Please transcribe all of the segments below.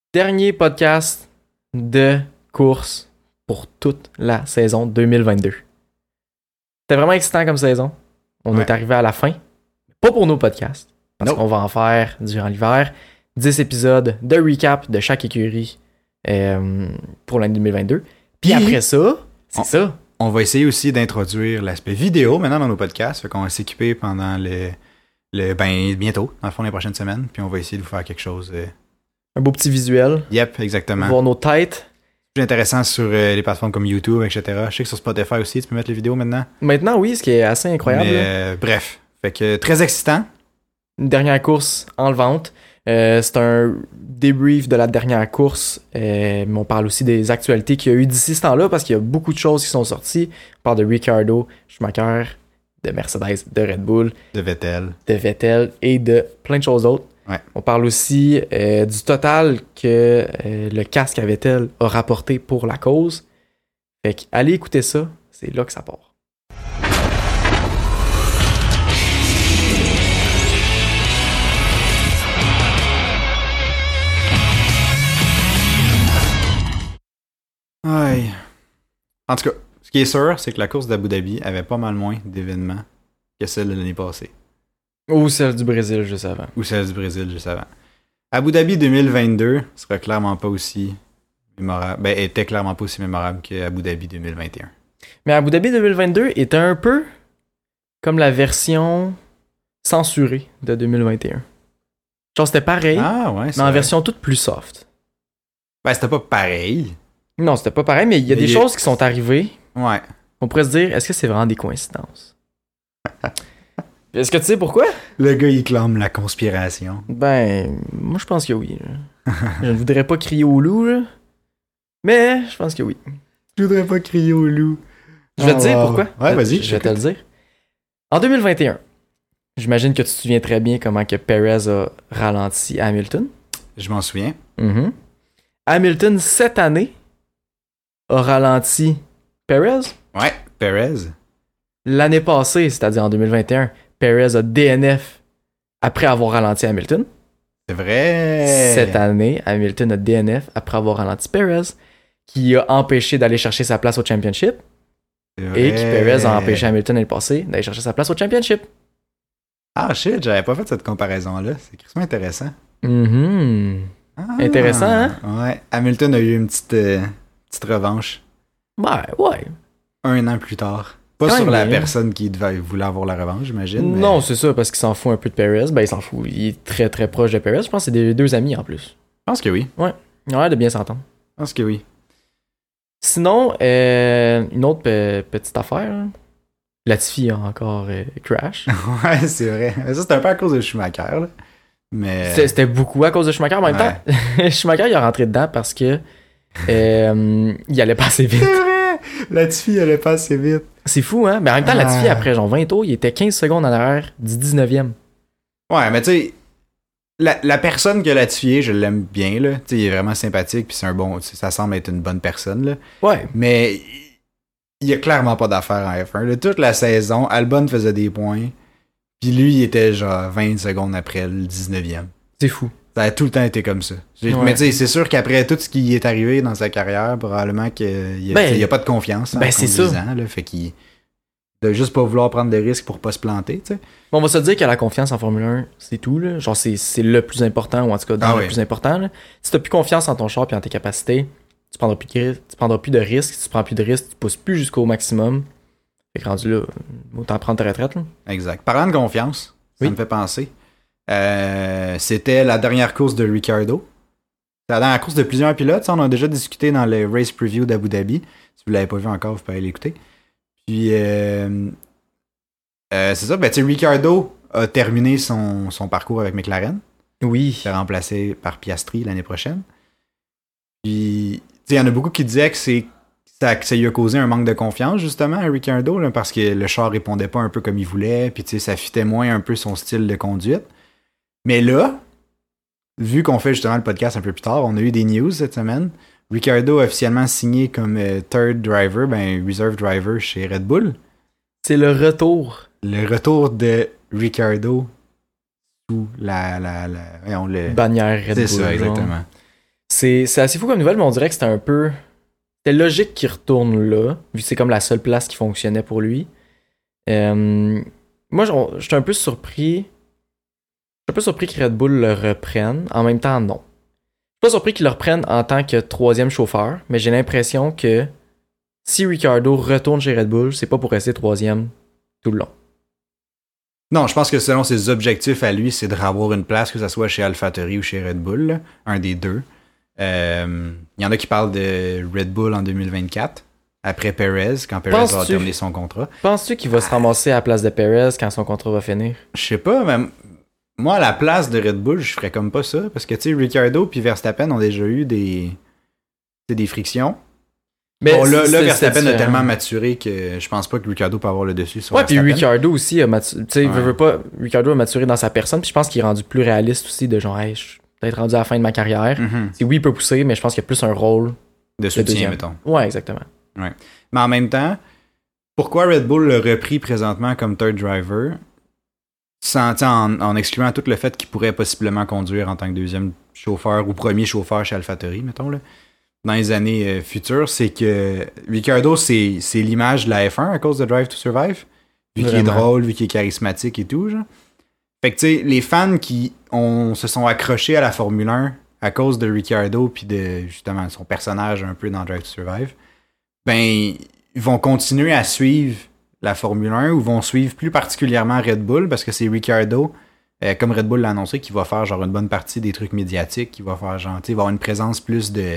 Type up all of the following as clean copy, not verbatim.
Dernier podcast de course pour toute la saison 2022. C'était vraiment excitant comme saison. On est arrivé à la fin. Pas pour nos podcasts, parce qu'on va en faire durant l'hiver. 10 épisodes de recap de chaque écurie pour l'année 2022. Puis après ça, c'est ça. On va essayer aussi d'introduire l'aspect vidéo maintenant dans nos podcasts. Fait qu'on va s'équiper pendant bientôt, dans le fond, les prochaines semaines. Puis on va essayer de vous faire quelque chose. Un beau petit visuel. Yep, exactement. Voir nos têtes. Plus intéressant sur les plateformes comme YouTube, etc. Je sais que sur Spotify aussi, tu peux mettre les vidéos maintenant. Maintenant, oui, ce qui est assez incroyable. Mais, bref, fait que très excitant. Une dernière course en vente. C'est un débrief de la dernière course, mais on parle aussi des actualités qu'il y a eu d'ici ce temps-là, parce qu'il y a beaucoup de choses qui sont sorties. On parle de Ricciardo, Schumacher, de Mercedes, de Red Bull, de Vettel et de plein de choses d'autres. Ouais. On parle aussi du total que le casque à Vettel a rapporté pour la cause. Fait que allez écouter ça, c'est là que ça part. Ouais. En tout cas, ce qui est sûr, c'est que la course d'Abu Dhabi avait pas mal moins d'événements que celle de l'année passée. Ou celle du Brésil juste avant. Abu Dhabi 2022 sera clairement pas aussi mémorable. Était clairement pas aussi mémorable qu'Abu Dhabi 2021. Mais Abu Dhabi 2022 était un peu comme la version censurée de 2021. Genre c'était pareil, mais en version toute plus soft. C'était pas pareil. Non, c'était pas pareil, mais il y a des choses qui sont arrivées. Ouais. On pourrait se dire, est-ce que c'est vraiment des coïncidences? Est-ce que tu sais pourquoi? Le gars, il clame la conspiration. Moi, je pense que oui. Je ne voudrais pas crier au loup, là. Mais je pense que oui. Je voudrais pas crier au loup. Je vais te dire pourquoi. Ouais, vas-y. Je vais te le dire. En 2021, j'imagine que tu te souviens très bien comment que Perez a ralenti Hamilton. Je m'en souviens. Mm-hmm. Hamilton, cette année, a ralenti Perez. Ouais, Perez. L'année passée, c'est-à-dire en 2021, Perez a DNF après avoir ralenti Hamilton. C'est vrai. Cette année, Hamilton a DNF après avoir ralenti Perez, qui a empêché d'aller chercher sa place au Championship. Et qui Perez a empêché Hamilton l'année passée d'aller chercher sa place au Championship. Ah shit, j'avais pas fait cette comparaison-là. C'est extrêmement intéressant. Mm-hmm. Intéressant, hein? Ouais. Hamilton a eu une petite revanche. Ouais. 1 an plus tard. Pas sur la personne qui voulait avoir la revanche, j'imagine. Mais... Non, c'est ça, parce qu'il s'en fout un peu de Perez. Il s'en fout. Il est très très proche de Perez. Je pense que c'est des deux amis en plus. Je pense que oui. Ouais. Il a l'air de bien s'entendre. Je pense que oui. Sinon, une autre petite affaire. Hein. Latifi a encore crash. Ouais, c'est vrai. Mais ça, c'était un peu à cause de Schumacher. Là. Mais... C'était beaucoup à cause de Schumacher. En même temps, Schumacher, il est rentré dedans parce que il allait pas assez vite. C'est vrai! Latifi allait pas assez vite. C'est fou, hein? Mais en même temps, Latifi, après genre 20 tours, il était 15 secondes en arrière du 19e. Ouais, mais tu sais, la personne que Latifi est, je l'aime bien, là. Tu sais, il est vraiment sympathique, puis c'est un bon... Ça semble être une bonne personne, là. Ouais. Mais il y a clairement pas d'affaires en F1. Là. Toute la saison, Albon faisait des points, puis lui, il était genre 20 secondes après le 19e. C'est fou. Ça a tout le temps été comme ça. Ouais. Mais tu sais, c'est sûr qu'après tout ce qui est arrivé dans sa carrière, probablement qu'il n'y a pas de confiance en c'est ça. Là, fait qu'il de juste pas vouloir prendre de risques pour pas se planter, tu sais. Bon, on va se dire que la confiance en Formule 1, c'est tout, là. Genre, c'est le plus important, ou en tout cas, le plus important, là. Si t'as plus confiance en ton char et en tes capacités, tu prendras plus de risques. Si tu prends plus de risques, tu pousses plus jusqu'au maximum. Fait que rendu là, autant prendre ta retraite, là. Exact. Parlant de confiance, ça me fait penser. C'était la dernière course de Ricciardo. C'est la dernière course de plusieurs pilotes. Ça, on a déjà discuté dans le race preview d'Abu Dhabi. Si vous l'avez pas vu encore, vous pouvez aller l'écouter. Puis, c'est ça. Ben, tu sais, Ricciardo a terminé son parcours avec McLaren. Oui. Il s'est remplacé par Piastri l'année prochaine. Puis, tu sais, il y en a beaucoup qui disaient que ça lui a causé un manque de confiance, justement, à Ricciardo, là, parce que le char répondait pas un peu comme il voulait. Puis, tu sais, ça fitait moins un peu son style de conduite. Mais là, vu qu'on fait justement le podcast un peu plus tard, on a eu des news cette semaine. Ricciardo a officiellement signé comme third driver, reserve driver chez Red Bull. C'est le retour. Le retour de Ricciardo sous la bannière Red Bull. C'est ça, exactement. C'est assez fou comme nouvelle, mais on dirait que c'était logique qu'il retourne là, vu que c'est comme la seule place qui fonctionnait pour lui. Moi, j'étais un peu surpris. Je suis un peu surpris que Red Bull le reprenne. En même temps, non. Je suis pas surpris qu'ils le reprennent en tant que troisième chauffeur, mais j'ai l'impression que si Ricciardo retourne chez Red Bull, c'est pas pour rester troisième tout le long. Non, je pense que selon ses objectifs à lui, c'est de avoir une place, que ce soit chez AlphaTauri ou chez Red Bull, là, un des deux. Il y en a qui parlent de Red Bull en 2024, après Perez, quand Perez va terminer son contrat. Penses-tu qu'il va se ramasser à la place de Perez quand son contrat va finir? Je sais pas, mais moi, à la place de Red Bull, je ferais comme pas ça, parce que, tu sais, Ricciardo puis Verstappen ont déjà eu des frictions. Mais bon, là, Verstappen a tellement maturé que je pense pas que Ricciardo peut avoir le dessus sur Verstappen. Ouais, puis Ricciardo aussi a maturé. Tu sais, veut pas, Ricciardo a maturé dans sa personne, puis je pense qu'il est rendu plus réaliste aussi, de genre, hey, je suis peut-être rendu à la fin de ma carrière. Mm-hmm. Oui, il peut pousser, mais je pense qu'il y a plus un rôle de soutien, mettons. Ouais, exactement. Ouais. Mais en même temps, pourquoi Red Bull l'a repris présentement comme third driver, en excluant tout le fait qu'il pourrait possiblement conduire en tant que deuxième chauffeur ou premier chauffeur chez AlphaTauri, mettons, là, dans les années futures, c'est que Ricciardo, c'est l'image de la F1 à cause de Drive to Survive, vu qu'il est drôle, vu qu'il est charismatique et tout, genre. Fait que, tu sais, les fans qui se sont accrochés à la Formule 1 à cause de Ricciardo puis de, justement, son personnage un peu dans Drive to Survive, ben, ils vont continuer à suivre la Formule 1 ou vont suivre plus particulièrement Red Bull parce que c'est Ricciardo, comme Red Bull l'a annoncé, qui va faire genre une bonne partie des trucs médiatiques, qui va faire genre, tu sais, il va avoir une présence plus de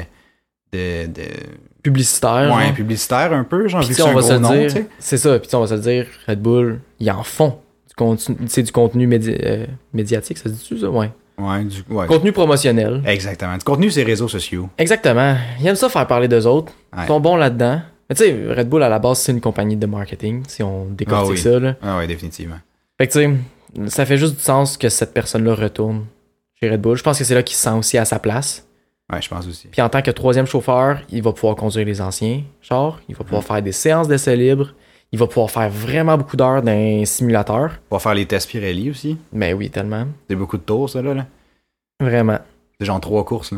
publicitaire. Ouais, genre. Publicitaire un peu, genre, vu que c'est un gros nom, tu sais. C'est ça, puis on va se le dire, Red Bull, ils en font. C'est du contenu médiatique, ça se dit-tu, ça? Ouais. Ouais. Contenu promotionnel. Exactement. Du contenu, c'est réseaux sociaux. Exactement. Ils aiment ça faire parler d'eux autres. Ouais. Ils sont bons là-dedans. Mais tu sais, Red Bull, à la base, c'est une compagnie de marketing, si on décortique ça, là. Ah ouais, définitivement. Fait que tu sais, ça fait juste du sens que cette personne-là retourne chez Red Bull. Je pense que c'est là qu'il se sent aussi à sa place. Ouais, je pense aussi. Puis en tant que troisième chauffeur, il va pouvoir conduire les anciens chars. Il va pouvoir faire des séances d'essais libres. Il va pouvoir faire vraiment beaucoup d'heures dans un simulateur. Il va faire les tests Pirelli aussi. Mais oui, tellement. C'est beaucoup de tours, ça, là. Vraiment. C'est genre 3 courses, là,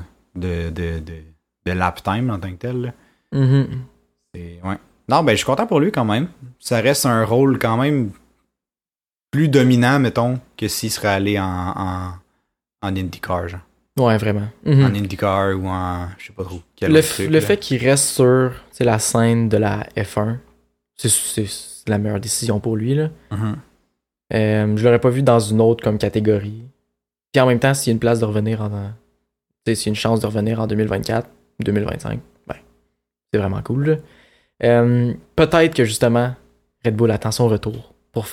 de lap time en tant que tel, là. Mm-hmm. Ouais. Non, ben, je suis content pour lui quand même. Ça reste un rôle quand même plus dominant, mettons, que s'il serait allé en IndyCar, genre. Ouais, vraiment. Mm-hmm. En IndyCar ou en... je sais pas trop. Le fait qu'il reste sur la scène de la F1, c'est la meilleure décision pour lui, là. Mm-hmm. Je l'aurais pas vu dans une autre comme catégorie. Puis en même temps, s'il y a une place de revenir s'il y a une chance de revenir en 2024, 2025, ben, c'est vraiment cool, là. Peut-être que justement, Red Bull attend son retour pour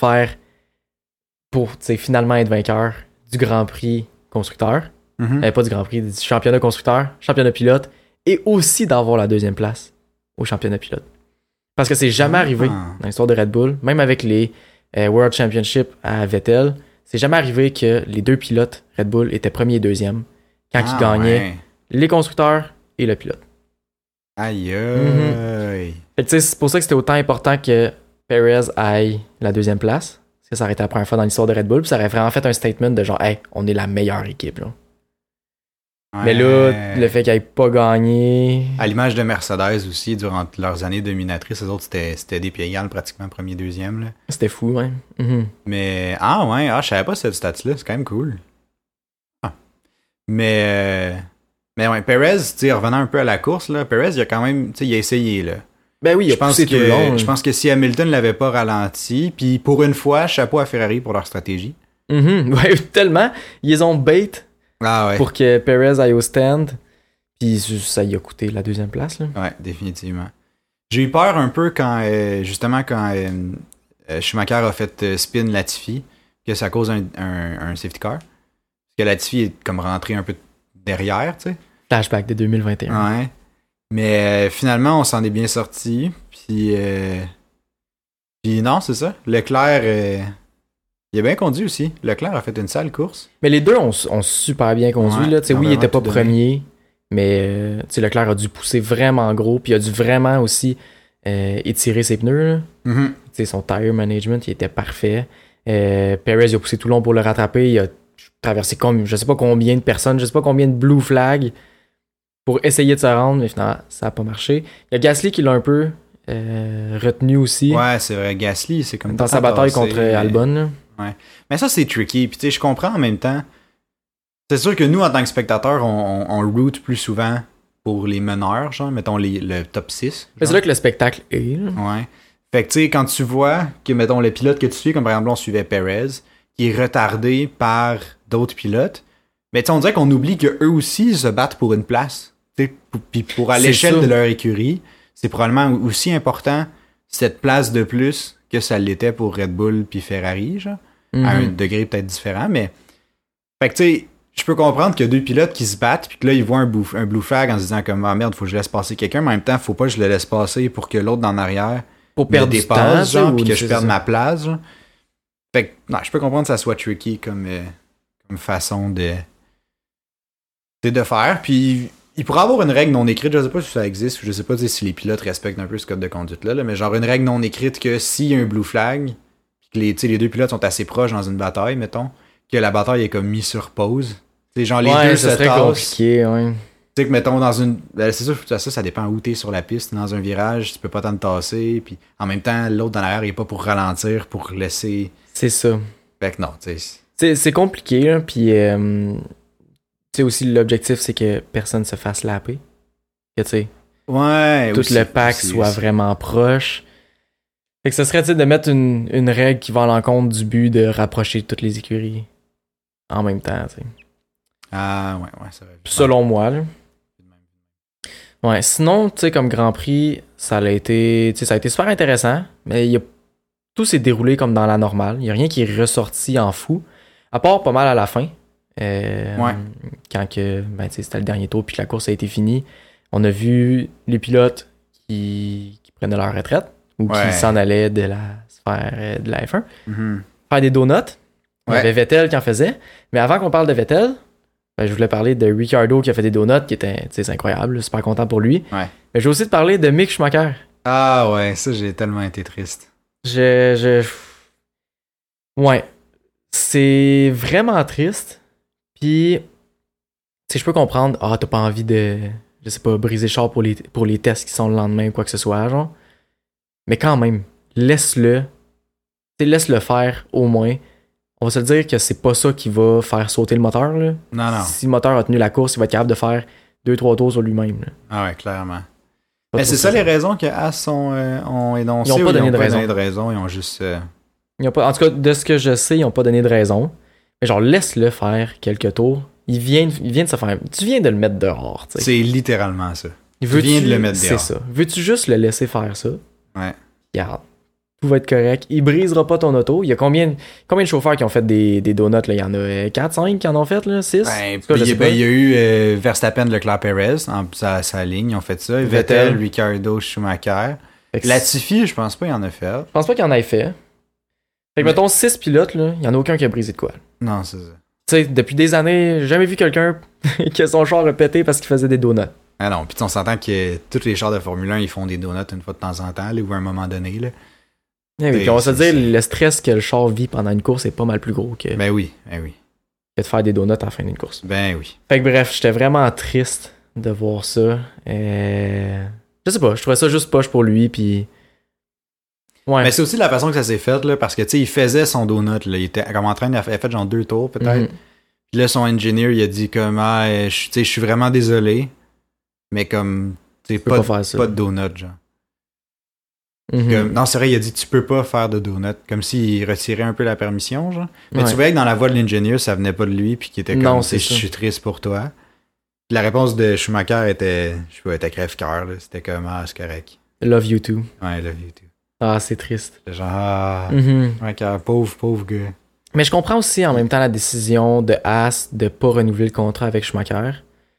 finalement être vainqueur du Grand Prix constructeur. Mm-hmm. Pas du Grand Prix, du championnat constructeur, championnat pilote, et aussi d'avoir la deuxième place au championnat pilote. Parce que c'est jamais arrivé dans l'histoire de Red Bull, même avec les World Championship à Vettel, c'est jamais arrivé que les deux pilotes Red Bull étaient premier et deuxième quand ils gagnaient les constructeurs et le pilote. Aïe. Fait que c'est pour ça que c'était autant important que Perez aille la deuxième place, parce que ça aurait été la première fois dans l'histoire de Red Bull, puis ça aurait vraiment fait un statement de genre, hey, on est la meilleure équipe, là. Ouais. Mais là, le fait qu'ils n'aient pas gagné... À l'image de Mercedes aussi, durant leurs années dominatrices, les autres, c'était des pieds égales, pratiquement premier, deuxième. Là. C'était fou, ouais. Mm-hmm. Mais, je savais pas cette stat-là, c'est quand même cool. Mais ouais, Perez, tu sais, revenant un peu à la course, là, Perez, il a quand même, tu sais, il a essayé, là. Ben oui, il a poussé tout le long. Je pense que si Hamilton l'avait pas ralenti, puis pour une fois, chapeau à Ferrari pour leur stratégie. Mm-hmm. Ouais, tellement. Ils ont bait... pour que Perez aille au stand. Puis ça y a coûté la deuxième place. Là. Ouais, définitivement. J'ai eu peur un peu quand Schumacher a fait spin Latifi, que ça cause un safety car. Parce que Latifi est comme rentré un peu derrière, tu sais. Flashback de 2021. Ouais. Mais finalement, on s'en est bien sorti. Puis non, c'est ça. Leclerc... il a bien conduit aussi. Leclerc a fait une sale course. Mais les deux ont super bien conduit. Là. Oui, il était pas premier, mais Leclerc a dû pousser vraiment gros, puis il a dû vraiment aussi étirer ses pneus. Mm-hmm. Son tire management, il était parfait. Perez, il a poussé tout le long pour le rattraper. Il a traversé comme je sais pas combien de personnes, je sais pas combien de blue flags. pour essayer de se rendre, mais finalement, ça n'a pas marché. Il y a Gasly qui l'a un peu retenu aussi. Ouais, c'est vrai. Gasly, c'est comme dans sa bataille contre Albon. Là. Ouais. Mais ça, c'est tricky. Puis tu sais, je comprends en même temps. C'est sûr que nous, en tant que spectateurs, on root plus souvent pour les meneurs, genre, mettons le top 6. Mais c'est là que le spectacle est. Là. Ouais. Fait que tu sais, quand tu vois que, mettons, le pilote que tu suis, comme par exemple, on suivait Perez, qui est retardé par d'autres pilotes, mais tu sais, on dirait qu'on oublie qu'eux aussi ils se battent pour une place. Puis pour à l'échelle de leur écurie, c'est probablement aussi important cette place de plus que ça l'était pour Red Bull puis Ferrari, genre, à un degré peut-être différent, mais fait que tu sais, je peux comprendre qu'il y a deux pilotes qui se battent puis que là ils voient un blue flag en se disant comme ah merde, faut que je laisse passer quelqu'un, mais en même temps, faut pas que je le laisse passer pour que l'autre en arrière pour perdre me dépasse, du temps, genre, puis que je perde ma place, genre. Fait que non, je peux comprendre que ça soit tricky comme façon de faire, puis il pourrait avoir une règle non écrite, je sais pas si ça existe, je sais pas si les pilotes respectent un peu ce code de conduite là, mais genre une règle non écrite que s'il y a un blue flag, que les deux pilotes sont assez proches dans une bataille, mettons, que la bataille est comme mise sur pause. T'sais, genre les deux se tassent. Compliqué, ouais. Tu sais que mettons dans une... c'est sûr, ça dépend où t'es sur la piste. Dans un virage, tu peux pas t'en tasser, puis en même temps, l'autre dans l'arrière, il est pas pour ralentir, pour laisser... C'est ça. Fait que non, tu sais... C'est compliqué, là, puis... tu sais aussi, l'objectif, c'est que personne se fasse lapper. Que tu sais... Ouais, tout aussi, le pack aussi, soit aussi. vraiment proche. Fait que ce serait, tu sais, de mettre une règle qui va à l'encontre du but de rapprocher toutes les écuries en même temps, tu sais. Ah, ouais, ça va. Selon moi, là. Ouais, sinon, tu sais, comme Grand Prix, ça a été super intéressant, mais tout s'est déroulé comme dans la normale. Il n'y a rien qui est ressorti en fou, à part pas mal à la fin. Quand que, c'était le dernier tour puis que la course a été finie, on a vu les pilotes qui prenaient leur retraite ou qui s'en allaient de la sphère de la F1 faire des donuts. Il y avait Vettel qui en faisait. Mais avant qu'on parle de Vettel, je voulais parler de Ricciardo qui a fait des donuts, qui était c'est incroyable, super content pour lui. Ouais. Mais je vais aussi te parler de Mick Schumacher. Ah ouais, ça j'ai tellement été triste. Ouais. C'est vraiment triste. Puis, tu sais, je peux comprendre, t'as pas envie de, je sais pas, briser le char pour les tests qui sont le lendemain ou quoi que ce soit, genre. Mais quand même, laisse-le faire au moins. On va se dire que c'est pas ça qui va faire sauter le moteur, là. Non. Si le moteur a tenu la course, il va être capable de faire 2-3 tours sur lui-même, là. Ah ouais, clairement. Mais c'est ça les raisons que As ont énoncé. Ils ont pas donné de raison. Ils ont juste... en tout cas, de ce que je sais, ils ont pas donné de raison. Mais genre, laisse-le faire quelques tours. Il vient de se faire... Tu viens de le mettre dehors, tu sais. C'est littéralement ça. Tu viens de le mettre dehors. C'est ça. Veux-tu juste le laisser faire ça? Ouais. Regarde. Tout va être correct. Il brisera pas ton auto. Il y a combien de chauffeurs qui ont fait des donuts, là? Il y en a 4, 5 qui en ont fait, là? 6? Il y a eu Verstappen, Leclerc, Perez, sa ligne, ils ont fait ça. Vettel, Ricciardo, Schumacher. Latifi, je pense pas qu'il en a fait. Je pense pas qu'il en ait fait. Fait que mettons 6 pilotes, là, il y en a aucun qui a brisé de quoi. Non, c'est ça. Tu sais, depuis des années, j'ai jamais vu quelqu'un que son char a pété parce qu'il faisait des donuts. Ah non, puis on s'entend que tous les chars de Formule 1, ils font des donuts une fois de temps en temps, là, ou à un moment donné, là. Oui, on va se dire, le stress que le char vit pendant une course est pas mal plus gros que, Ben oui. que de faire des donuts à la fin d'une course. Ben oui. Fait que bref, j'étais vraiment triste de voir ça. Je sais pas, je trouvais ça juste poche pour lui, puis... Ouais. Mais c'est aussi la façon que ça s'est fait, là, parce que, tu sais, il faisait son donut, là, il était comme en train de faire fait genre 2 tours, peut-être. Puis là, son engineer, il a dit comme, je suis vraiment désolé, mais comme, tu sais, pas de donut, genre. Non, c'est vrai, il a dit tu peux pas faire de donut, comme s'il retirait un peu la permission, genre. Mais tu voyais que dans la voix de l'ingénieur, ça venait pas de lui, puis qu'il était comme, je suis triste pour toi. Puis la réponse de Schumacher était, était crève-cœur, là. C'était comme, c'est correct. Love you too. Ouais, love you too. Ah, c'est triste. C'est genre, pauvre gars. Mais je comprends aussi en même temps la décision de Haas de pas renouveler le contrat avec Schumacher.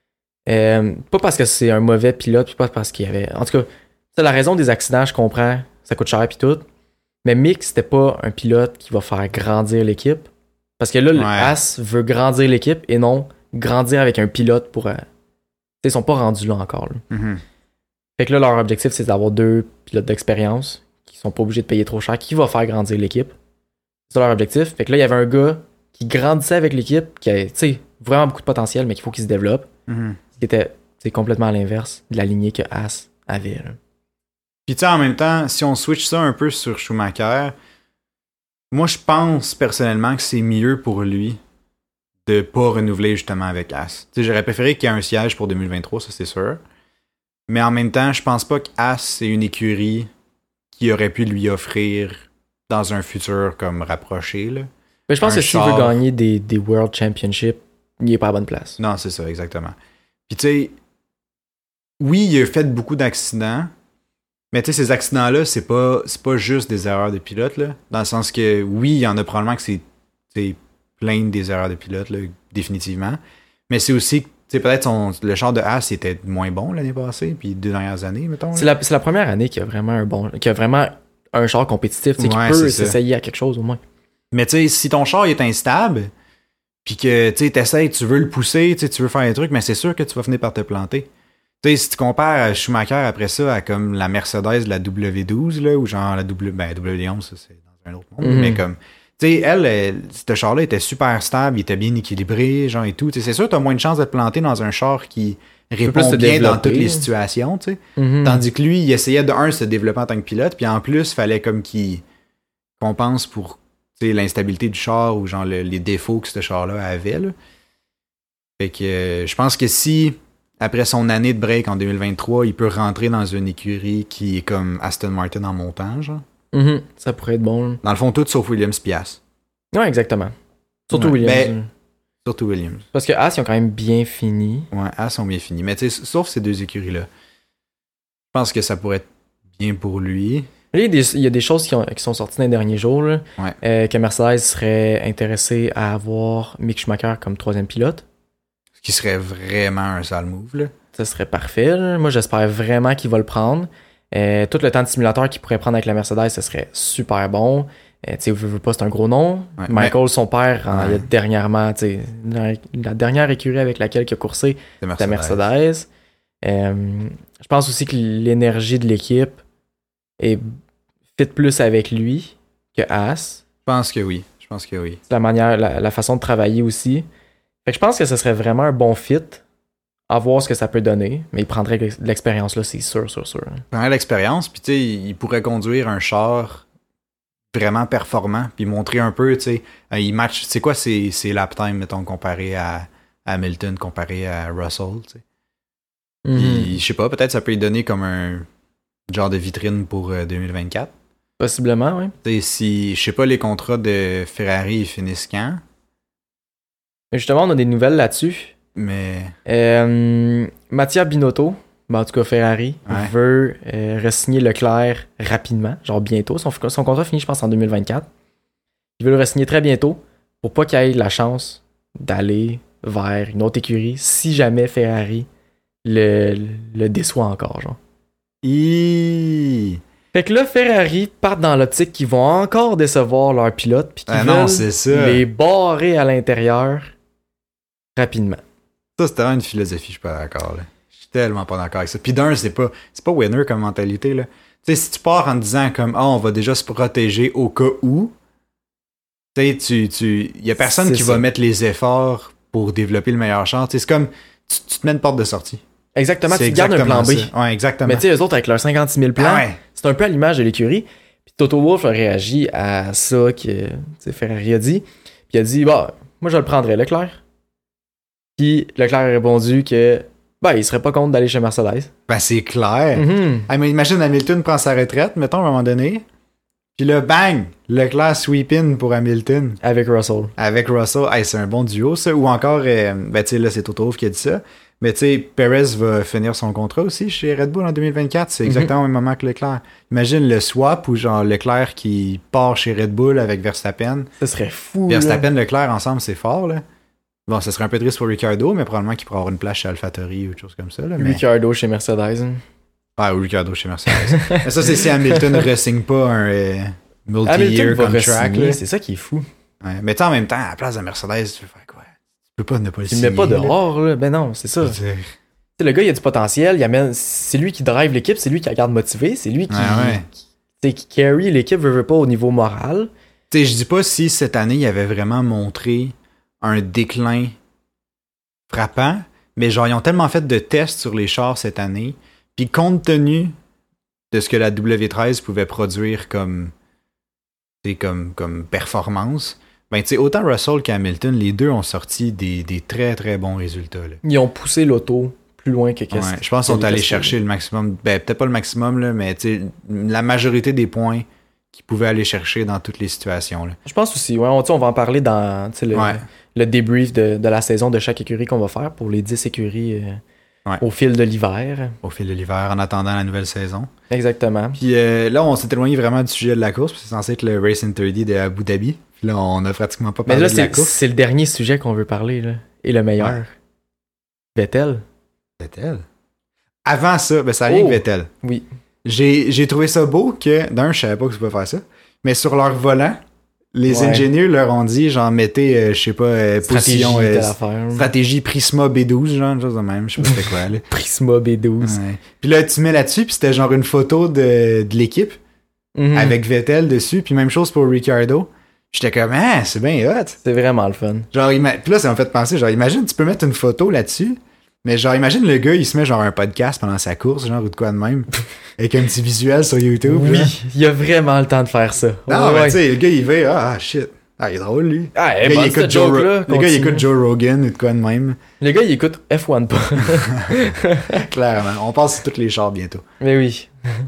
Pas parce que c'est un mauvais pilote, puis pas parce qu'il y avait... En tout cas, c'est la raison des accidents, je comprends. Ça coûte cher, puis tout. Mais Mick, c'était pas un pilote qui va faire grandir l'équipe. Parce que là, le Haas veut grandir l'équipe et non grandir avec un pilote pour... Ils sont pas rendus là encore. Là. Fait que là, leur objectif, c'est d'avoir 2 pilotes d'expérience qui sont pas obligés de payer trop cher, qui va faire grandir l'équipe. C'est leur objectif. Fait que là, il y avait un gars qui grandissait avec l'équipe, qui a, vraiment beaucoup de potentiel, mais qu'il faut qu'il se développe. Qui était c'est complètement à l'inverse de la lignée que Haas avait. Là. Puis tu sais, en même temps, si on switch ça un peu sur Schumacher, moi je pense personnellement que c'est mieux pour lui de pas renouveler justement avec Haas. Tu sais, j'aurais préféré qu'il y ait un siège pour 2023, ça c'est sûr. Mais en même temps, je pense pas que Haas c'est une écurie qui aurait pu lui offrir dans un futur comme rapproché. Là. Mais je pense Un que s'il char. veut gagner des World Championships, il est pas à la bonne place. Non, c'est ça, exactement. Puis tu sais, oui, il a fait beaucoup d'accidents, mais tu sais, ces accidents-là, c'est pas juste des erreurs de pilote, là. Dans le sens que, oui, il y en a probablement que c'est plein des erreurs de pilote, là, définitivement. Mais c'est aussi, tu sais, peut-être le char de Haas était moins bon l'année passée, puis 2 dernières années, mettons. C'est la première année qu'il y a vraiment un char compétitif, tu sais, qui Ouais, peut c'est ça. s'essayer à quelque chose au moins. Mais tu sais, si ton char est instable, puis que tu t'essayes, tu veux le pousser, tu veux faire des trucs, mais c'est sûr que tu vas finir par te planter. Tu sais, si tu compares à Schumacher après ça à comme la Mercedes de la W12, là, ou genre la W11, ça c'est dans un autre monde, mais comme, tu sais, ce char-là était super stable, il était bien équilibré, genre et tout. Tu sais, c'est sûr, t'as moins de chances de te planter dans un char qui répond se bien dans développer. toutes les situations, tu sais. Mhm. Tandis que lui, il essayait de se développer en tant que pilote, puis en plus, il fallait comme qu'il compense pour l'instabilité du char ou genre les défauts que ce char-là avait. Là. Fait que je pense que si, après son année de break en 2023, il peut rentrer dans une écurie qui est comme Aston Martin en montant, genre. Mhm. Ça pourrait être bon. Là. Dans le fond, tout sauf Williams Pias. Ouais, exactement. Surtout Ouais, Williams. ben, surtout Williams. Parce que Haas, ils ont quand même bien fini. Ouais, As sont bien finis. Mais tu sais, sauf ces deux écuries-là. Je pense que ça pourrait être bien pour lui. Là, il y a des choses qui sont sorties dans les derniers jours. Là, Ouais. que Mercedes serait intéressé à avoir Mick Schumacher comme 3e pilote. Ce qui serait vraiment un sale move, là. Ça serait parfait. Là. Moi, j'espère vraiment qu'il va le prendre. Tout le temps de simulateur qu'il pourrait prendre avec la Mercedes, ce serait super bon. Tu sais, veux pas, c'est un gros nom. Ouais, Michael, son père, il Ouais. a dernièrement, tu sais, la dernière écurie avec laquelle il a coursé, C'est c'était Mercedes. Je pense aussi que l'énergie de l'équipe est fit plus avec lui que Haas. Je pense que oui. Je pense que oui. La manière, la façon de travailler aussi. Fait que je pense que ce serait vraiment un bon fit. À voir ce que ça peut donner. Mais il prendrait de l'expérience là, c'est sûr. Pendant l'expérience, puis tu sais, il pourrait conduire un char vraiment performant, puis montrer un peu, tu sais, il match, c'est quoi ses lap time, mettons, comparé à Hamilton, comparé à Russell, tu sais. Puis, je sais pas, peut-être ça peut lui donner comme un genre de vitrine pour 2024. Possiblement, oui. Tu sais, si, je sais pas, les contrats de Ferrari, ils finissent quand, Mais justement, on a des nouvelles là-dessus. mais... Mattia Binotto, en tout cas Ferrari, Ouais. veut re-signer Leclerc rapidement, genre bientôt. Son contrat finit, je pense, en 2024. Il veut le re-signer très bientôt pour pas qu'il ait la chance d'aller vers une autre écurie si jamais Ferrari le déçoit encore, genre. Fait que là, Ferrari partent dans l'optique qu'ils vont encore décevoir leurs pilotes puis qu'ils non, veulent c'est ça. les barrer à l'intérieur rapidement. Ça, c'est vraiment une philosophie, je suis pas d'accord, là. Je suis tellement pas d'accord avec ça. Puis d'un, c'est pas winner comme mentalité, là. Tu sais, si tu pars en te disant comme, on va déjà se protéger au cas où, tu sais, y a personne C'est qui ça. va mettre les efforts pour développer le meilleur char. Tu sais, c'est comme, tu te mets une porte de sortie. Exactement, C'est tu gardes un plan B. exactement ça. Ouais, exactement. Mais tu sais, eux autres, avec leurs 56 000 plans, Ah ouais. c'est un peu à l'image de l'écurie. Puis Toto Wolff a réagi à ça que tu sais, Ferrari a dit. Puis il a dit, bah, moi je le prendrais, Leclerc. Puis Leclerc a répondu que, bah, il serait pas contre d'aller chez Mercedes. Ben, c'est clair. Mhm. Ah, mais imagine Hamilton prend sa retraite, mettons, à un moment donné. Puis là, bang! Leclerc sweep in pour Hamilton. Avec Russell. Avec Russell, hey, c'est un bon duo, ça. Ou encore, ben, tu sais, là, c'est Toto Wolff qui a dit ça. Mais tu sais, Perez va finir son contrat aussi chez Red Bull en 2024. C'est exactement au même moment que Leclerc. Imagine le swap où, genre, Leclerc qui part chez Red Bull avec Verstappen. Ça serait fou. Verstappen, là. Leclerc ensemble, c'est fort, là. Bon, ça serait un peu triste pour Ricciardo, mais probablement qu'il pourra avoir une place chez AlphaTauri ou autre chose comme ça, là. Mais... Ricciardo chez Mercedes. Ah, ou Ricciardo chez Mercedes. Mais ça, c'est si Hamilton ne re-signe pas un Hamilton multi-year va contract, re-signer, là. c'est ça qui est fou. Ouais. Mais tu sais, en même temps, à la place de Mercedes, tu veux faire quoi? Tu peux pas ne pas le Tu le signer. mets pas là. dehors, là. Ben non, c'est ça. Je veux dire, Tu sais, le gars, il a du potentiel, c'est lui qui drive l'équipe, c'est lui qui la garde motivée, c'est lui qui, Ouais. tu sais, qui carry l'équipe, veut pas au niveau moral. Tu sais, je dis pas si cette année, il avait vraiment montré un déclin frappant, Mais genre, ils ont tellement fait de tests sur les chars cette année, puis compte tenu de ce que la W13 pouvait produire comme performance, ben tu sais, autant Russell qu'Hamilton, les deux ont sorti des très très bons résultats. Là. Ils ont poussé l'auto plus loin que qu'est-ce Je pense qu'ils sont allés chercher le maximum, ben peut-être pas le maximum, là, mais tu sais, la majorité des points qu'ils pouvaient aller chercher dans toutes les situations. Là. Je pense aussi, ouais, on va en parler dans le débrief de la saison de chaque écurie qu'on va faire pour les 10 écuries au fil de l'hiver. Au fil de l'hiver, en attendant la nouvelle saison. Exactement. Puis là, on s'est éloigné vraiment du sujet de la course, parce que c'est censé être le Racing 30 de Abu Dhabi. Puis là, on a pratiquement pas parlé de la course. C'est le dernier sujet qu'on veut parler, là. Et le meilleur. Ouais. Vettel. Avant ça, ben ça arrive Vettel. Oui. J'ai trouvé ça beau que, d'un, je savais pas que tu pouvais faire ça, mais sur leur volant, les ingénieurs leur ont dit, genre, mettez, je sais pas, position, stratégie Prisma B12, genre, chose de même, je sais pas c'était quoi, là. Prisma B12. Ouais. Puis là, tu mets là-dessus, puis c'était genre une photo de l'équipe, avec Vettel dessus, puis même chose pour Ricciardo. J'étais comme, ah, c'est bien hot. C'est vraiment le fun. Genre, puis là, ça m'a fait penser, genre, imagine, tu peux mettre une photo là-dessus, mais genre, imagine le gars, il se met genre un podcast pendant sa course, genre, ou de quoi de même, avec un petit visuel sur YouTube. Oui, là. il a vraiment le temps de faire ça. Non, mais tu sais, le gars, il va, shit. Ah, il est drôle, lui. Ah, le gars, il écoute il écoute Joe Rogan ou de quoi de même. Le gars, il écoute F1 pas. Clairement. On passe sur tous les chars bientôt. Mais oui.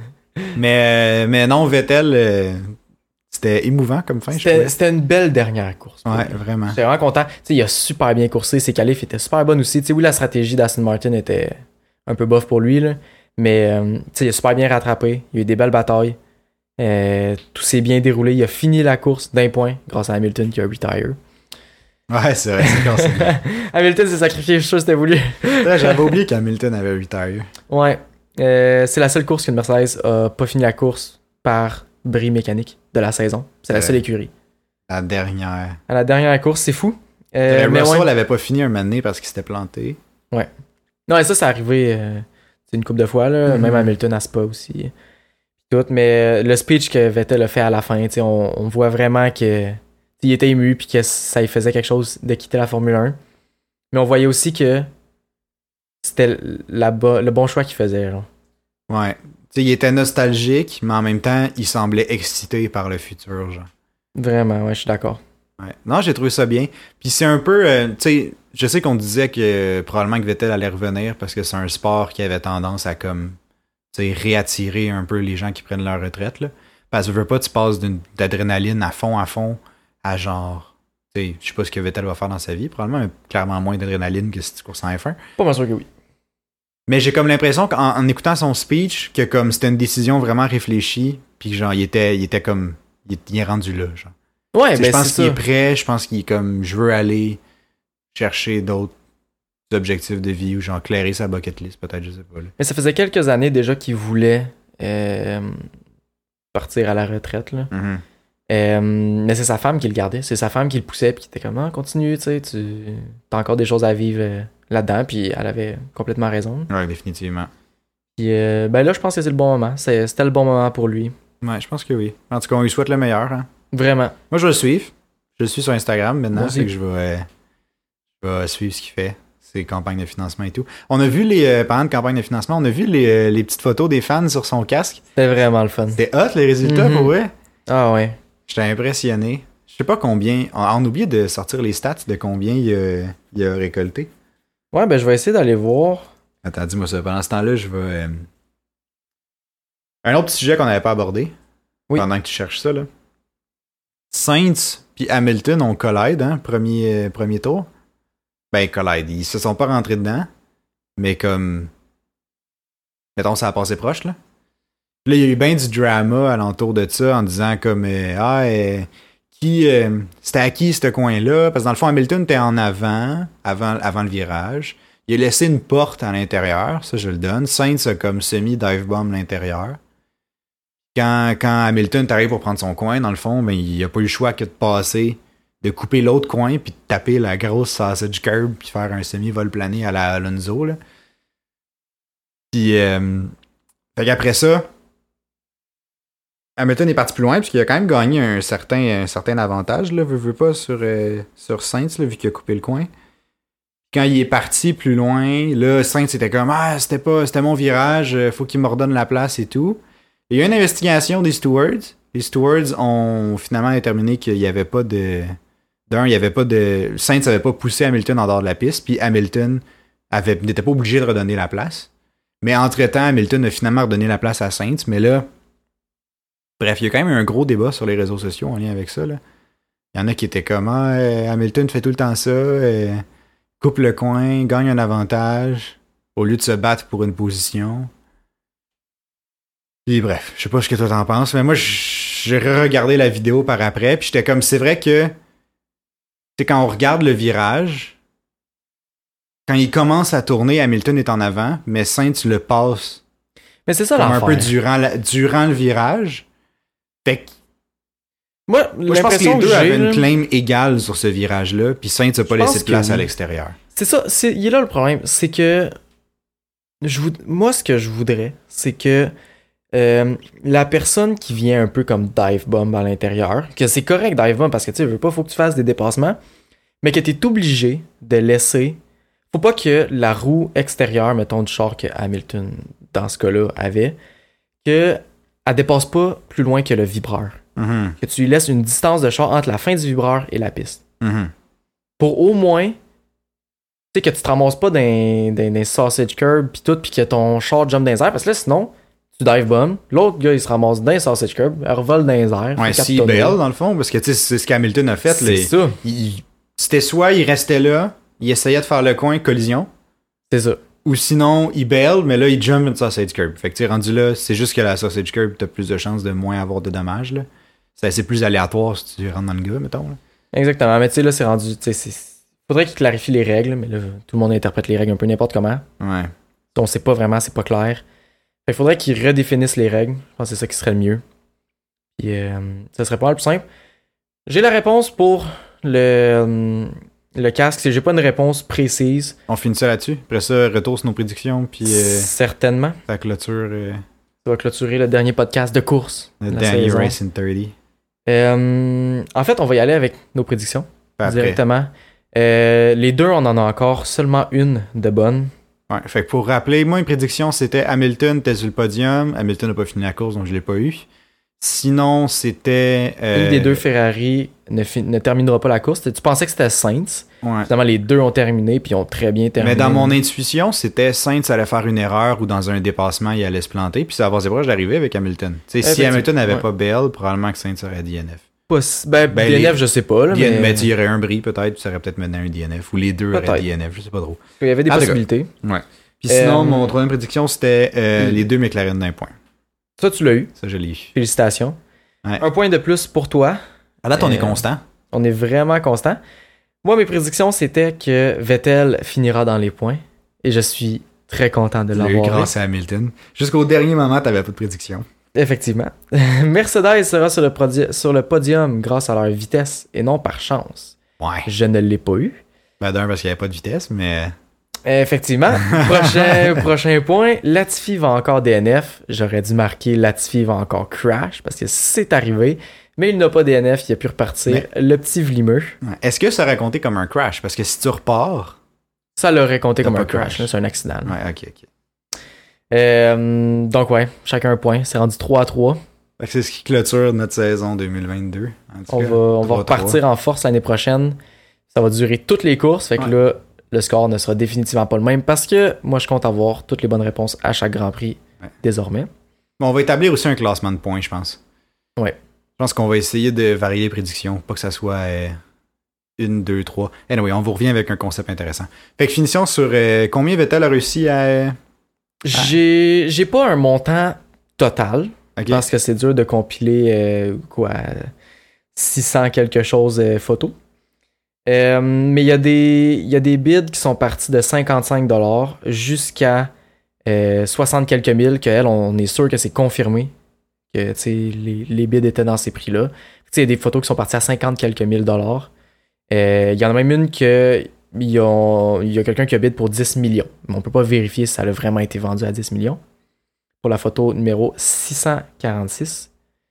mais non, Vettel, c'était émouvant comme fin, je trouvais. C'était une belle dernière course. Ouais, vraiment. J'étais vraiment content. Tu sais, il a super bien coursé. Ses qualifs étaient super bonnes aussi. Tu sais, oui, la stratégie d'Aston Martin était un peu bof pour lui, là. Mais tu sais, il a super bien rattrapé. Il y a eu des belles batailles. Tout s'est bien déroulé. Il a fini la course d'un point grâce à Hamilton qui a retire. Ouais, c'est vrai, c'est cassé. Hamilton s'est sacrifié, je suis sûr que c'était voulu. J'avais oublié qu'Hamilton avait retire. Ouais. C'est la seule course qu'une Mercedes a pas fini la course par bris mécanique de la saison. C'est la seule écurie. La dernière. À la dernière course, c'est fou. Mais Russell l'avait pas fini un moment donné parce qu'il s'était planté. Ouais. Non, et ça, c'est arrivé une couple de fois, là. Même Hamilton à Spa aussi. Tout. Mais le speech que Vettel a fait à la fin, on voit vraiment que il était ému puis que ça lui faisait quelque chose de quitter la Formule 1. Mais on voyait aussi que c'était le bon choix qu'il faisait. Genre. Ouais. Tu sais, il était nostalgique, mais en même temps, il semblait excité par le futur. Genre. Vraiment, ouais, je suis d'accord. Ouais. Non, j'ai trouvé ça bien. Puis c'est un peu... tu sais, je sais qu'on disait que probablement que Vettel allait revenir parce que c'est un sport qui avait tendance à comme... Tu sais, réattirer un peu les gens qui prennent leur retraite. Là. Parce que je veux pas, tu passes d'adrénaline à fond, à genre... Tu sais, je sais pas ce que Vettel va faire dans sa vie. Probablement clairement moins d'adrénaline que si tu courses en F1. Pas mal sûr que oui. Mais j'ai comme l'impression qu'en écoutant son speech, que comme c'était une décision vraiment réfléchie, puis genre, il était comme... Il est rendu là, genre. Ouais, je pense qu'il est prêt, je pense qu'il est comme... Je veux aller chercher d'autres objectifs de vie ou genre clairer sa bucket list, peut-être, je sais pas. Là. Mais ça faisait quelques années déjà qu'il voulait partir à la retraite, là. Mais c'est sa femme qui le gardait, c'est sa femme qui le poussait puis qui était comme continue, tu sais, t'as encore des choses à vivre là-dedans, puis elle avait complètement raison. Ouais, définitivement. Puis ben là, je pense que c'est le bon moment, c'était le bon moment pour lui. Ouais, je pense que oui. En tout cas, on lui souhaite le meilleur. Hein. Vraiment. Moi, je vais le suivre. Je le suis sur Instagram maintenant, c'est que je vais suivre ce qu'il fait, ses campagnes de financement et tout. On a vu parlant de campagnes de financement, on a vu les petites photos des fans sur son casque. C'était vraiment le fun. C'était hot les résultats pour vrai. Ah ouais. J'étais impressionné. Je sais pas combien. On a oublié de sortir les stats de combien il a récolté. Ouais, ben je vais essayer d'aller voir. Attends, dis-moi ça. Pendant ce temps-là, je vais. Un autre petit sujet qu'on n'avait pas abordé. Oui. Pendant que tu cherches ça, là. Sainz puis Hamilton ont collide, hein, premier tour. Ben, collide. Ils se sont pas rentrés dedans. Mais comme. Mettons, ça a passé proche, là. Là, il y a eu bien du drama alentour de ça en disant comme c'était à qui ce coin-là? Parce que dans le fond, Hamilton était en avant le virage. Il a laissé une porte à l'intérieur, ça je le donne. Sainz a comme semi-dive-bomb l'intérieur. Quand Hamilton t'arrive pour prendre son coin, dans le fond, ben, il a pas eu le choix que de passer, de couper l'autre coin puis de taper la grosse sausage curb puis faire un semi-vol plané à la Alonso. Là. Puis fait qu'après ça, Hamilton est parti plus loin puisqu'il a quand même gagné un certain avantage, là, veut pas sur Sainz, là, vu qu'il a coupé le coin. quand il est parti plus loin, là, Sainz était comme c'était mon virage, faut qu'il me redonne la place et tout. Il y a eu une investigation des stewards. Les stewards ont finalement déterminé qu'il n'y avait pas de. Il y avait pas de. Sainz n'avait pas poussé Hamilton en dehors de la piste, puis Hamilton n'était pas obligé de redonner la place. Mais entre-temps, Hamilton a finalement redonné la place à Sainz. Mais là, bref, il y a quand même eu un gros débat sur les réseaux sociaux en lien avec ça. Là. Il y en a qui étaient comme Hamilton fait tout le temps ça, coupe le coin, gagne un avantage, au lieu de se battre pour une position. Puis bref, je sais pas ce que toi t'en penses, mais moi j'ai regardé la vidéo par après, puis j'étais comme, c'est vrai que c'est quand on regarde le virage, quand il commence à tourner, Hamilton est en avant, mais Sainz le passe. Mais c'est ça comme l'affaire. un peu durant le virage. Fait que moi je pense que les deux avaient une claim égale sur ce virage-là, puis Sainz n'a pas laissé de place à l'extérieur. C'est ça, il est là le problème, c'est que moi ce que je voudrais, c'est que la personne qui vient un peu comme dive bomb à l'intérieur, que c'est correct dive bomb parce que tu sais, faut que tu fasses des dépassements, mais que tu es obligé de laisser. Faut pas que la roue extérieure, mettons du char que Hamilton, dans ce cas-là, avait, qu'elle dépasse pas plus loin que le vibreur. Mm-hmm. Que tu lui laisses une distance de char entre la fin du vibreur et la piste. Mm-hmm. Pour au moins, tu sais, que tu te ramasses pas dans sausage curb pis tout, pis que ton char jump dans les airs, parce que là, sinon, tu dive bomb, l'autre gars, il se ramasse dans les sausage curb, elle revole dans les airs. Ouais, s'il bail, dans le fond, parce que tu sais, c'est ce qu'Hamilton a fait. C'est ça. C'était soit il restait là, il essayait de faire le coin, collision. C'est ça. Ou sinon, il bail, mais là, il jump une sausage curb. Fait que tu sais, rendu là, c'est juste que la sausage curb, t'as plus de chances de moins avoir de dommages, là. C'est assez plus aléatoire si tu rentres dans le gars, mettons. Là. Exactement. Mais tu sais, là, c'est rendu. Faudrait qu'il clarifie les règles, mais là, tout le monde interprète les règles un peu n'importe comment. Ouais. On sait pas vraiment, c'est pas clair. Fait qu'il faudrait qu'ils redéfinissent les règles. Je pense que c'est ça qui serait le mieux. Puis, ça serait pas mal plus simple. J'ai la réponse pour le casque. J'ai pas une réponse précise. On finit ça là-dessus. Après ça, retour sur nos prédictions. Puis, certainement. La clôture. Ça va clôturer le dernier podcast de course. Le dernier Race in 30. En fait, on va y aller avec nos prédictions directement. Les deux, on en a encore seulement une de bonne. Ouais, fait que pour rappeler, moi, une prédiction, c'était Hamilton était sur le podium. Hamilton n'a pas fini la course, donc je l'ai pas eu. Sinon, c'était... Une des deux Ferrari ne terminera pas la course. Tu pensais que c'était Sainz. Ouais. Finalement, les deux ont terminé, puis ils ont très bien terminé. Mais dans mon intuition, c'était Sainz allait faire une erreur ou dans un dépassement, il allait se planter, puis ça va assez proche d'arriver avec Hamilton. Si Hamilton n'avait pas Bell, probablement que Sainz aurait DNF. DNF, je sais pas. Là, mais il y aurait un bris peut-être, puis ça aurait peut-être mené à un DNF. Ou les deux auraient DNF, je sais pas trop. Il y avait des possibilités. Ouais. Puis sinon, mon troisième prédiction, c'était les deux McLaren d'un point. Ça, tu l'as eu. Ça, je l'ai eu. Félicitations. Ouais. Un point de plus pour toi. À date, on est constant. On est vraiment constant. Moi, mes prédictions, c'était que Vettel finira dans les points. Et je suis très content de l'avoir. Grâce à Hamilton. Jusqu'au dernier moment, t'avais pas de prédiction. Effectivement. Mercedes sera sur le podium grâce à leur vitesse et non par chance. Ouais. Je ne l'ai pas eu. Ben d'un, parce qu'il n'y avait pas de vitesse, mais... Effectivement. Prochain point. Latifi va encore DNF. J'aurais dû marquer Latifi va encore crash parce que c'est arrivé. Mais il n'a pas DNF, il a pu repartir. Mais... le petit vlimeux. Est-ce que ça aurait compté comme un crash? Parce que si tu repars... Ça l'aurait compté comme un crash. Là, c'est un accident. Ouais, ok. Donc ouais, chacun un point. C'est rendu 3-3. C'est ce qui clôture notre saison 2022. On va repartir en force l'année prochaine. Ça va durer toutes les courses. Fait que là, le score ne sera définitivement pas le même parce que moi, je compte avoir toutes les bonnes réponses à chaque Grand Prix désormais. Bon, on va établir aussi un classement de points, je pense. Ouais. Je pense qu'on va essayer de varier les prédictions. Pas que ça soit 1, 2, 3. Anyway, on vous revient avec un concept intéressant. Fait que finissons sur combien Vettel a réussi à... J'ai pas un montant total. Okay. Parce que c'est dur de compiler 600 quelque chose photos. Mais il y a des bids qui sont partis de 55$ jusqu'à 60 quelques mille, qu'elle, on est sûr que c'est confirmé que les bids étaient dans ces prix-là. Il y a des photos qui sont parties à 50 quelques mille dollars. Il y en a même une que il y a quelqu'un qui a bid pour 10 millions. Mais on peut pas vérifier si ça a vraiment été vendu à 10 millions. Pour la photo numéro 646.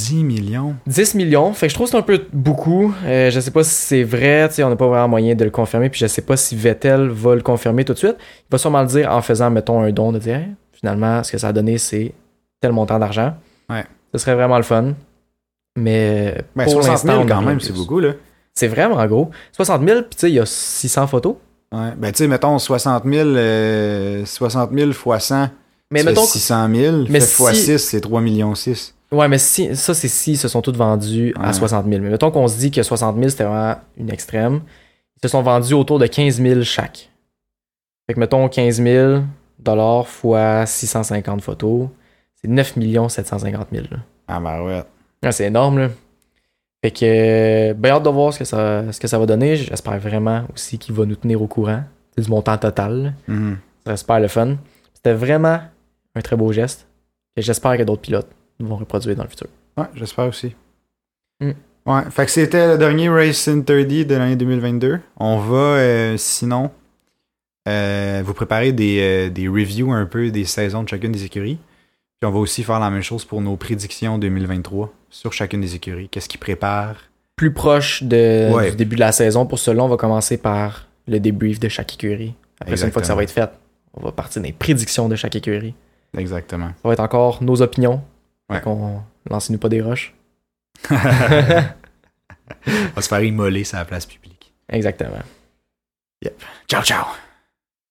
10 millions. 10 millions. Fait que je trouve que c'est un peu beaucoup. Je sais pas si c'est vrai. On n'a pas vraiment moyen de le confirmer. Puis je sais pas si Vettel va le confirmer tout de suite. Il va sûrement le dire en faisant, mettons, un don de dire hey, finalement, ce que ça a donné, c'est tel montant d'argent. Ouais. Ce serait vraiment le fun. Mais Ben, pour 60 000 l'instant, quand même, c'est beaucoup, là. C'est vraiment gros. 60 000, puis tu sais, il y a 600 photos. Ouais. Ben, tu sais, mettons 60 000 fois 100, Mais c'est mettons 600 000. mais fois si- 6, c'est 3 millions 6. Ouais, mais si, ça, c'est si ils se sont tous vendus à Ouais. 60 000. Mais mettons qu'on se dit que 60 000, c'était vraiment une extrême. Ils se sont vendus autour de 15 000 chaque. Fait que mettons 15 000 fois 650 photos. C'est 9 750 000. Là. Ah, ben ouais. Ah, c'est énorme, là. Fait que, ben, hâte de voir ce que ça va donner. J'espère vraiment aussi qu'il va nous tenir au courant. C'est du montant total. Là. Mhm. Ça serait super le fun. C'était vraiment un très beau geste. Et j'espère que d'autres pilotes vont reproduire dans le futur. Ouais, j'espère aussi. Mm. Ouais, fait que c'était le dernier Race in 30 de l'année 2022. On va, sinon, vous préparer des reviews un peu des saisons de chacune des écuries. Puis on va aussi faire la même chose pour nos prédictions 2023 sur chacune des écuries. Qu'est-ce qu'ils préparent? Plus proche du début de la saison, pour cela, on va commencer par le débrief de chaque écurie. Après ça, une fois que ça va être fait, on va partir des prédictions de chaque écurie. Exactement. Ça va être encore nos opinions. Ouais. Donc lancez-nous pas des roches. On va se faire immoler sur la place publique. Exactement. Ciao, ciao!